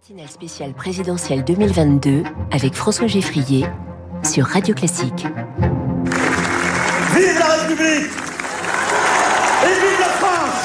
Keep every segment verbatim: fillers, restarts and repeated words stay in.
Matinale spéciale présidentielle deux mille vingt-deux avec François Geffrier sur Radio Classique. Vive la République et vive la France!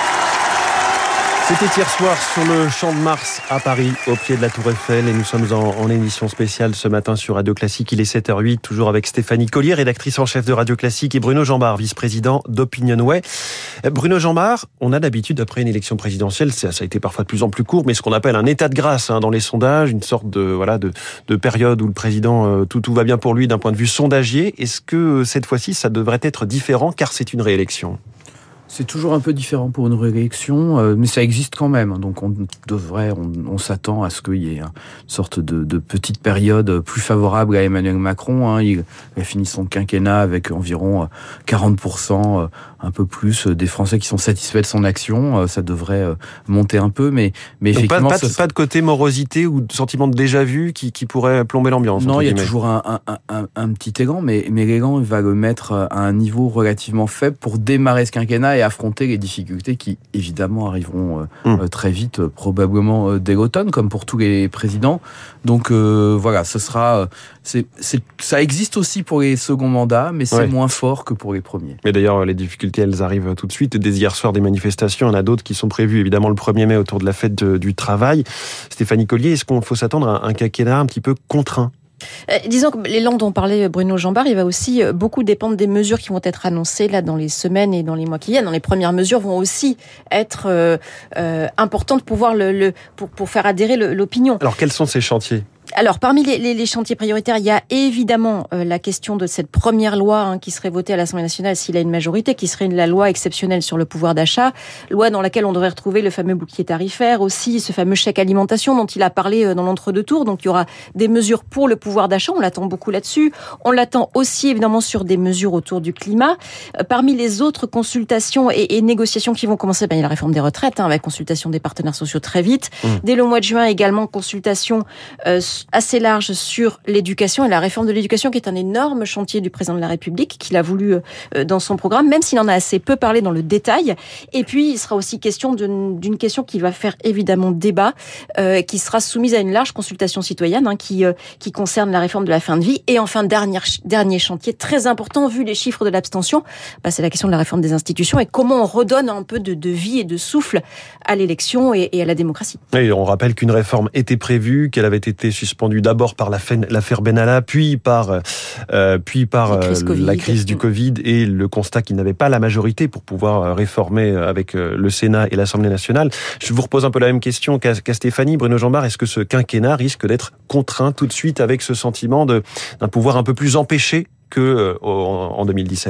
C'était hier soir sur le Champ de Mars à Paris, au pied de la Tour Eiffel, et nous sommes en, en émission spéciale ce matin sur Radio Classique. Il est sept heures huit, toujours avec Stéphanie Collier, rédactrice en chef de Radio Classique, et Bruno Jambard, vice-président d'Opinionway. Bruno Jambard, on a d'habitude, après une élection présidentielle, ça, ça a été parfois de plus en plus court, mais ce qu'on appelle un état de grâce hein, dans les sondages, une sorte de voilà de, de période où le président, euh, tout, tout va bien pour lui d'un point de vue sondagier. Est-ce que cette fois-ci, ça devrait être différent, car c'est une réélection ? C'est toujours un peu différent pour une réélection, euh, mais ça existe quand même. Donc on devrait, on, on s'attend à ce qu'il y ait une sorte de, de petite période plus favorable à Emmanuel Macron. Hein. Il a fini son quinquennat avec environ quarante pour cent, euh, un peu plus, des Français qui sont satisfaits de son action. Euh, ça devrait euh, monter un peu, mais, mais Donc effectivement... Pas, pas, ça... pas de côté morosité ou de sentiment de déjà-vu qui, qui pourrait plomber l'ambiance. Non, il y a toujours un, un, un, un petit élan, mais, mais l'élan va le mettre à un niveau relativement faible pour démarrer ce quinquennat et affronter les difficultés qui, évidemment, arriveront euh, mmh. très vite, euh, probablement euh, dès l'automne, comme pour tous les présidents. Donc, euh, voilà, ce sera... C'est, c'est, ça existe aussi pour les seconds mandats, mais c'est ouais. moins fort que pour les premiers. Mais d'ailleurs, les difficultés, elles arrivent tout de suite. Dès hier soir, des manifestations, il y en a d'autres qui sont prévues, évidemment, le premier mai, autour de la fête de, du travail. Stéphanie Collier, est-ce qu'il faut s'attendre à un quinquennat un petit peu contraint ? Euh, disons que l'élan dont parlait Bruno Jambard, il va aussi beaucoup dépendre des mesures qui vont être annoncées là dans les semaines et dans les mois qui viennent. Dans les premières mesures vont aussi être euh, euh, importantes pour pouvoir le, le pour pour faire adhérer le, l'opinion. Alors quels sont ces chantiers ? Alors, parmi les, les, les chantiers prioritaires, il y a évidemment euh, la question de cette première loi hein, qui serait votée à l'Assemblée nationale s'il a une majorité, qui serait la loi exceptionnelle sur le pouvoir d'achat, loi dans laquelle on devrait retrouver le fameux bouclier tarifaire, aussi ce fameux chèque alimentation dont il a parlé euh, dans l'entre-deux tours. Donc, il y aura des mesures pour le pouvoir d'achat, on l'attend beaucoup là-dessus. On l'attend aussi évidemment sur des mesures autour du climat. Euh, parmi les autres consultations et, et négociations qui vont commencer, ben, il y a la réforme des retraites, hein, avec consultation des partenaires sociaux très vite. Mmh. Dès le mois de juin, également consultation euh, assez large sur l'éducation et la réforme de l'éducation qui est un énorme chantier du président de la République qu'il a voulu euh, dans son programme, même s'il en a assez peu parlé dans le détail. Et puis, il sera aussi question d'une, d'une question qui va faire évidemment débat, euh, qui sera soumise à une large consultation citoyenne hein, qui, euh, qui concerne la réforme de la fin de vie. Et enfin, dernier, dernier chantier très important, vu les chiffres de l'abstention, bah, c'est la question de la réforme des institutions et comment on redonne un peu de, de vie et de souffle à l'élection et, et à la démocratie. Et on rappelle qu'une réforme était prévue, qu'elle avait été suspendue d'abord par l'affaire Benalla, puis par, euh, puis par euh, la crise du Covid et le constat qu'il n'avait pas la majorité pour pouvoir réformer avec le Sénat et l'Assemblée nationale. Je vous repose un peu la même question qu'à, qu'à Stéphanie. Bruno Jambard, est-ce que ce quinquennat risque d'être contraint tout de suite avec ce sentiment de, d'un pouvoir un peu plus empêché que euh, en deux mille dix-sept ?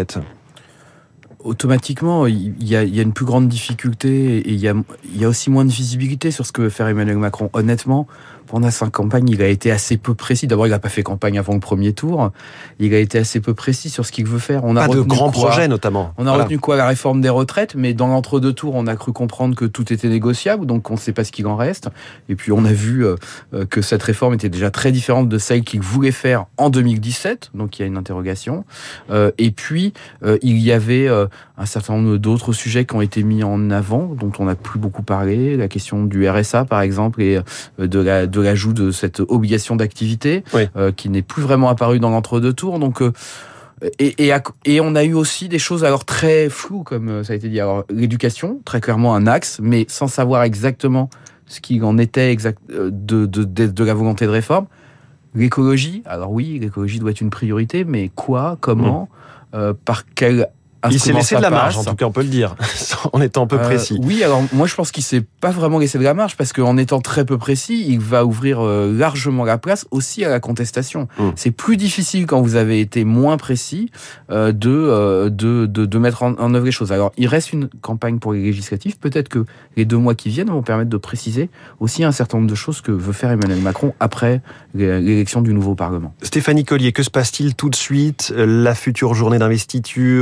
Automatiquement, il y a, il y a une plus grande difficulté et il y a, il y a aussi moins de visibilité sur ce que veut faire Emmanuel Macron. Honnêtement, pendant sa campagne, il a été assez peu précis. D'abord, il n'a pas fait campagne avant le premier tour. Il a été assez peu précis sur ce qu'il veut faire. On a pas de grands quoi projets, notamment. On a voilà. retenu quoi ? La réforme des retraites, mais dans l'entre-deux tours, on a cru comprendre que tout était négociable, donc on ne sait pas ce qu'il en reste. Et puis, on a vu euh, que cette réforme était déjà très différente de celle qu'il voulait faire en deux mille dix-sept, donc il y a une interrogation. Euh, et puis, euh, il y avait euh, un certain nombre d'autres sujets qui ont été mis en avant, dont on n'a plus beaucoup parlé. La question du R S A, par exemple, et euh, de la de l'ajout de cette obligation d'activité oui. euh, qui n'est plus vraiment apparue dans l'entre-deux tours. Donc, euh, et, et, et on a eu aussi des choses alors très floues, comme ça a été dit. Alors, l'éducation, très clairement un axe, mais sans savoir exactement ce qu'il en était exact, de, de, de, de la volonté de réforme. L'écologie, alors oui, l'écologie doit être une priorité, mais quoi, comment, mmh. euh, par quel... Il s'est laissé de la marge, en tout cas on peut le dire, en étant un peu précis. Euh, oui, alors moi je pense qu'il s'est pas vraiment laissé de la marge, parce qu'en étant très peu précis, il va ouvrir euh, largement la place aussi à la contestation. Mmh. C'est plus difficile quand vous avez été moins précis euh, de, euh, de, de, de mettre en, en œuvre les choses. Alors il reste une campagne pour les législatives, peut-être que les deux mois qui viennent vont permettre de préciser aussi un certain nombre de choses que veut faire Emmanuel Macron après l'élection du nouveau Parlement. Stéphanie Collier, que se passe-t-il tout de suite ? La future journée d'investiture, la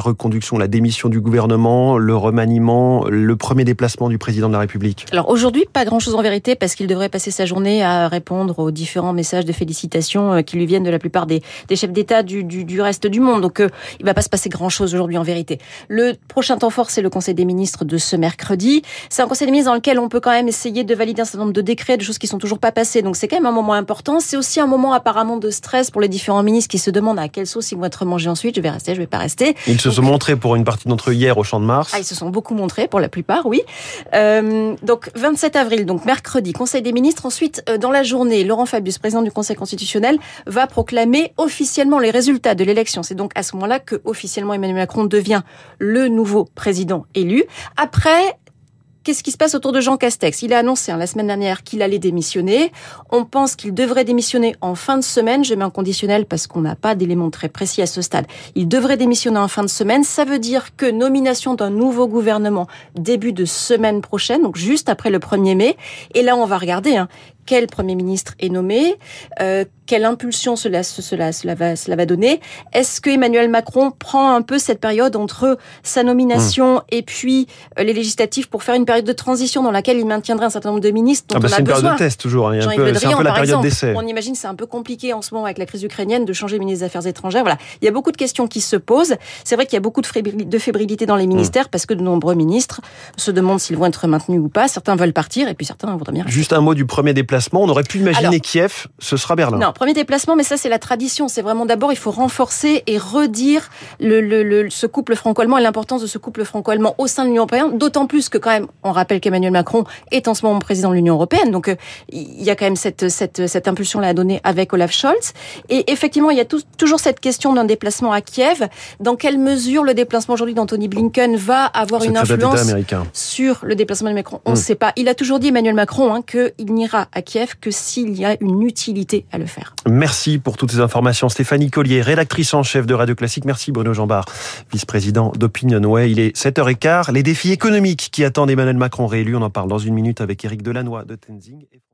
reconduction, la démission du gouvernement, le remaniement, le premier déplacement du président de la République? Alors aujourd'hui, pas grand-chose en vérité, parce qu'il devrait passer sa journée à répondre aux différents messages de félicitations qui lui viennent de la plupart des, des chefs d'État du, du, du reste du monde. Donc euh, il va pas se passer grand-chose aujourd'hui en vérité. Le prochain temps fort, c'est le Conseil des ministres de ce mercredi. C'est un Conseil des ministres dans lequel on peut quand même essayer de valider un certain nombre de décrets, de choses qui sont toujours pas passées. Donc c'est quand même un moment important. C'est aussi un moment apparemment de stress pour les différents ministres qui se demandent à quelle sauce ils vont être mangés ensuite. Je vais rester, je vais pas rester. Ils se donc, sont montrés pour une partie d'entre eux hier au Champ de Mars. Ah, ils se sont beaucoup montrés pour la plupart, oui. Euh, donc vingt-sept avril, donc mercredi, Conseil des ministres. Ensuite, euh, dans la journée, Laurent Fabius, président du Conseil constitutionnel, va proclamer officiellement les résultats de l'élection. C'est donc à ce moment-là que officiellement Emmanuel Macron devient le nouveau président élu. Après, qu'est-ce qui se passe autour de Jean Castex? Il a annoncé hein, la semaine dernière qu'il allait démissionner. On pense qu'il devrait démissionner en fin de semaine. Je mets un conditionnel parce qu'on n'a pas d'éléments très précis à ce stade. Il devrait démissionner en fin de semaine. Ça veut dire que nomination d'un nouveau gouvernement début de semaine prochaine, donc juste après le premier mai. Et là, on va regarder hein, quel Premier ministre est nommé, euh, quelle impulsion cela, cela, cela, va, cela va donner. Est-ce que Emmanuel Macron prend un peu cette période entre sa nomination mmh. et puis euh, les législatives pour faire une période de transition dans laquelle il maintiendrait un certain nombre de ministres dont ah bah on a c'est une besoin. Période de test toujours. Hein. Un peu, c'est un peu la période d'essai. On imagine que c'est un peu compliqué en ce moment avec la crise ukrainienne de changer le ministre des Affaires étrangères. Voilà, il y a beaucoup de questions qui se posent. C'est vrai qu'il y a beaucoup de fébrilité dans les ministères mmh. parce que de nombreux ministres se demandent s'ils vont être maintenus ou pas. Certains veulent partir et puis certains voudraient bien rester. Juste un mot du premier déplacement. On aurait pu imaginer Alors, Kiev, ce sera Berlin. Non, premier déplacement, mais ça c'est la tradition. C'est vraiment d'abord il faut renforcer et redire le, le, le, ce couple franco-allemand et l'importance de ce couple franco-allemand au sein de l'Union européenne. D'autant plus que quand même, on rappelle qu'Emmanuel Macron est en ce moment président de l'Union européenne. Donc euh, il y a quand même cette cette cette impulsion-là à donner avec Olaf Scholz. Et effectivement, il y a tout, toujours cette question d'un déplacement à Kiev. Dans quelle mesure le déplacement aujourd'hui d'Anthony Blinken va avoir c'est une influence sur le déplacement de Macron? On ne mmh. sait pas. Il a toujours dit Emmanuel Macron hein, qu'il n'ira à Kiev que s'il y a une utilité à le faire. Merci pour toutes ces informations. Stéphanie Collier, rédactrice en chef de Radio Classique. Merci Bruno Jambard, vice-président d'Opinionway. Il est sept heures quinze. Les défis économiques qui attendent Emmanuel Macron réélu, on en parle dans une minute avec Éric Delannoy de Tenzing.